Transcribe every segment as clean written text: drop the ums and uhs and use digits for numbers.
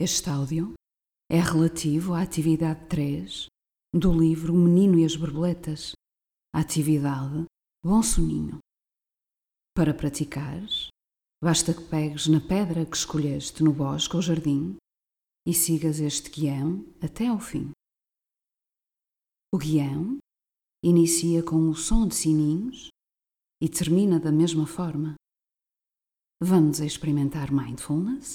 Este áudio é relativo à atividade 3 do livro O Menino e as Borboletas, a atividade Bom Soninho. Para praticares, basta que pegues na pedra que escolheste no bosque ou jardim e sigas este guião até ao fim. O guião inicia com o som de sininhos e termina da mesma forma. Vamos experimentar mindfulness?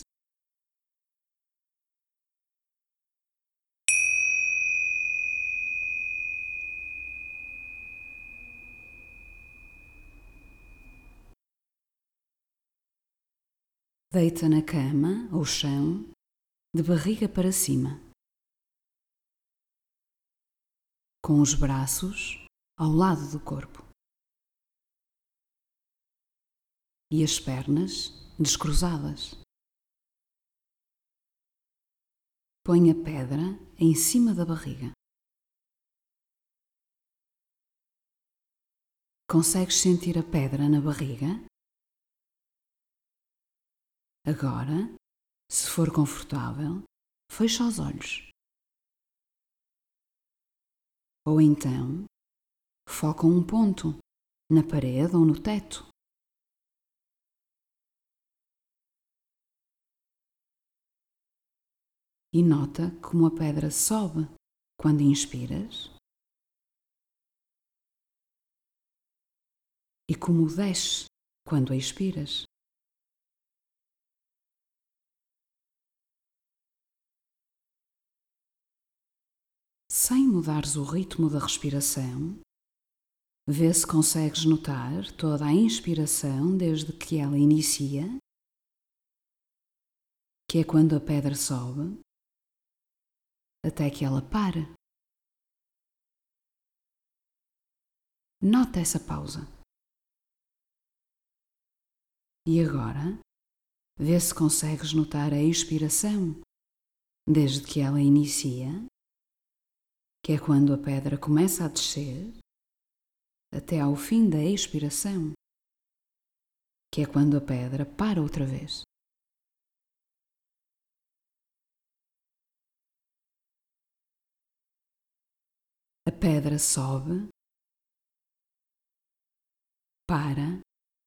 Deita na cama ou chão, de barriga para cima, com os braços ao lado do corpo e as pernas descruzadas. Põe a pedra em cima da barriga. Consegues sentir a pedra na barriga? Agora, se for confortável, fecha os olhos. Ou então, foca um ponto na parede ou no teto. E nota como a pedra sobe quando inspiras e como desce quando a expiras. Sem mudares o ritmo da respiração, vê se consegues notar toda a inspiração desde que ela inicia, que é quando a pedra sobe, até que ela para. Nota essa pausa. E agora, vê se consegues notar a expiração desde que ela inicia, que é quando a pedra começa a descer, até ao fim da expiração, que é quando a pedra para outra vez. A pedra sobe, para,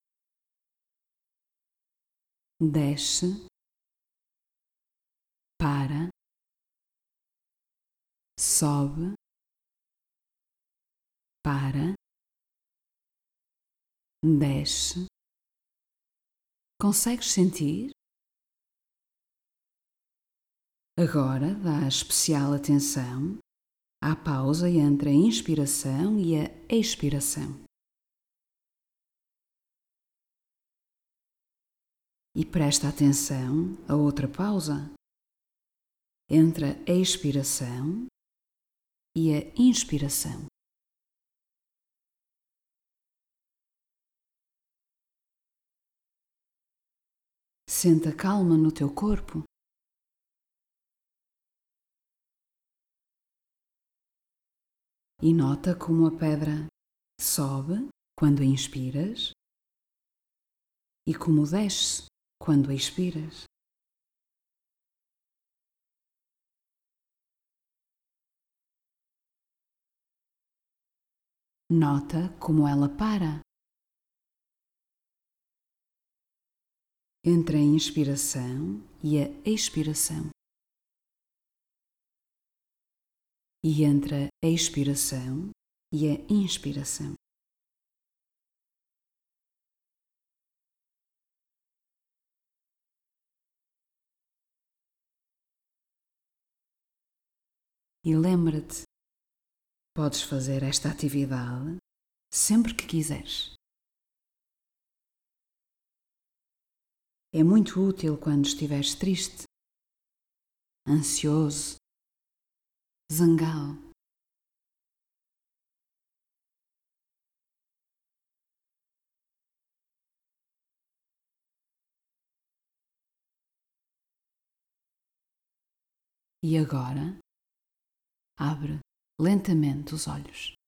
desce, para, sobe, para, desce. Consegues sentir? Agora dá especial atenção à pausa entre a inspiração e a expiração. E presta atenção a outra pausa entre a expiração e a inspiração. Sente a calma no teu corpo. E nota como a pedra sobe quando a inspiras e como desce quando a expiras. Nota como ela para entre a inspiração e a expiração. E entre a expiração e a inspiração. E lembra-te, podes fazer esta atividade sempre que quiseres. É muito útil quando estiveres triste, ansioso, zangado. E agora, abre lentamente os olhos.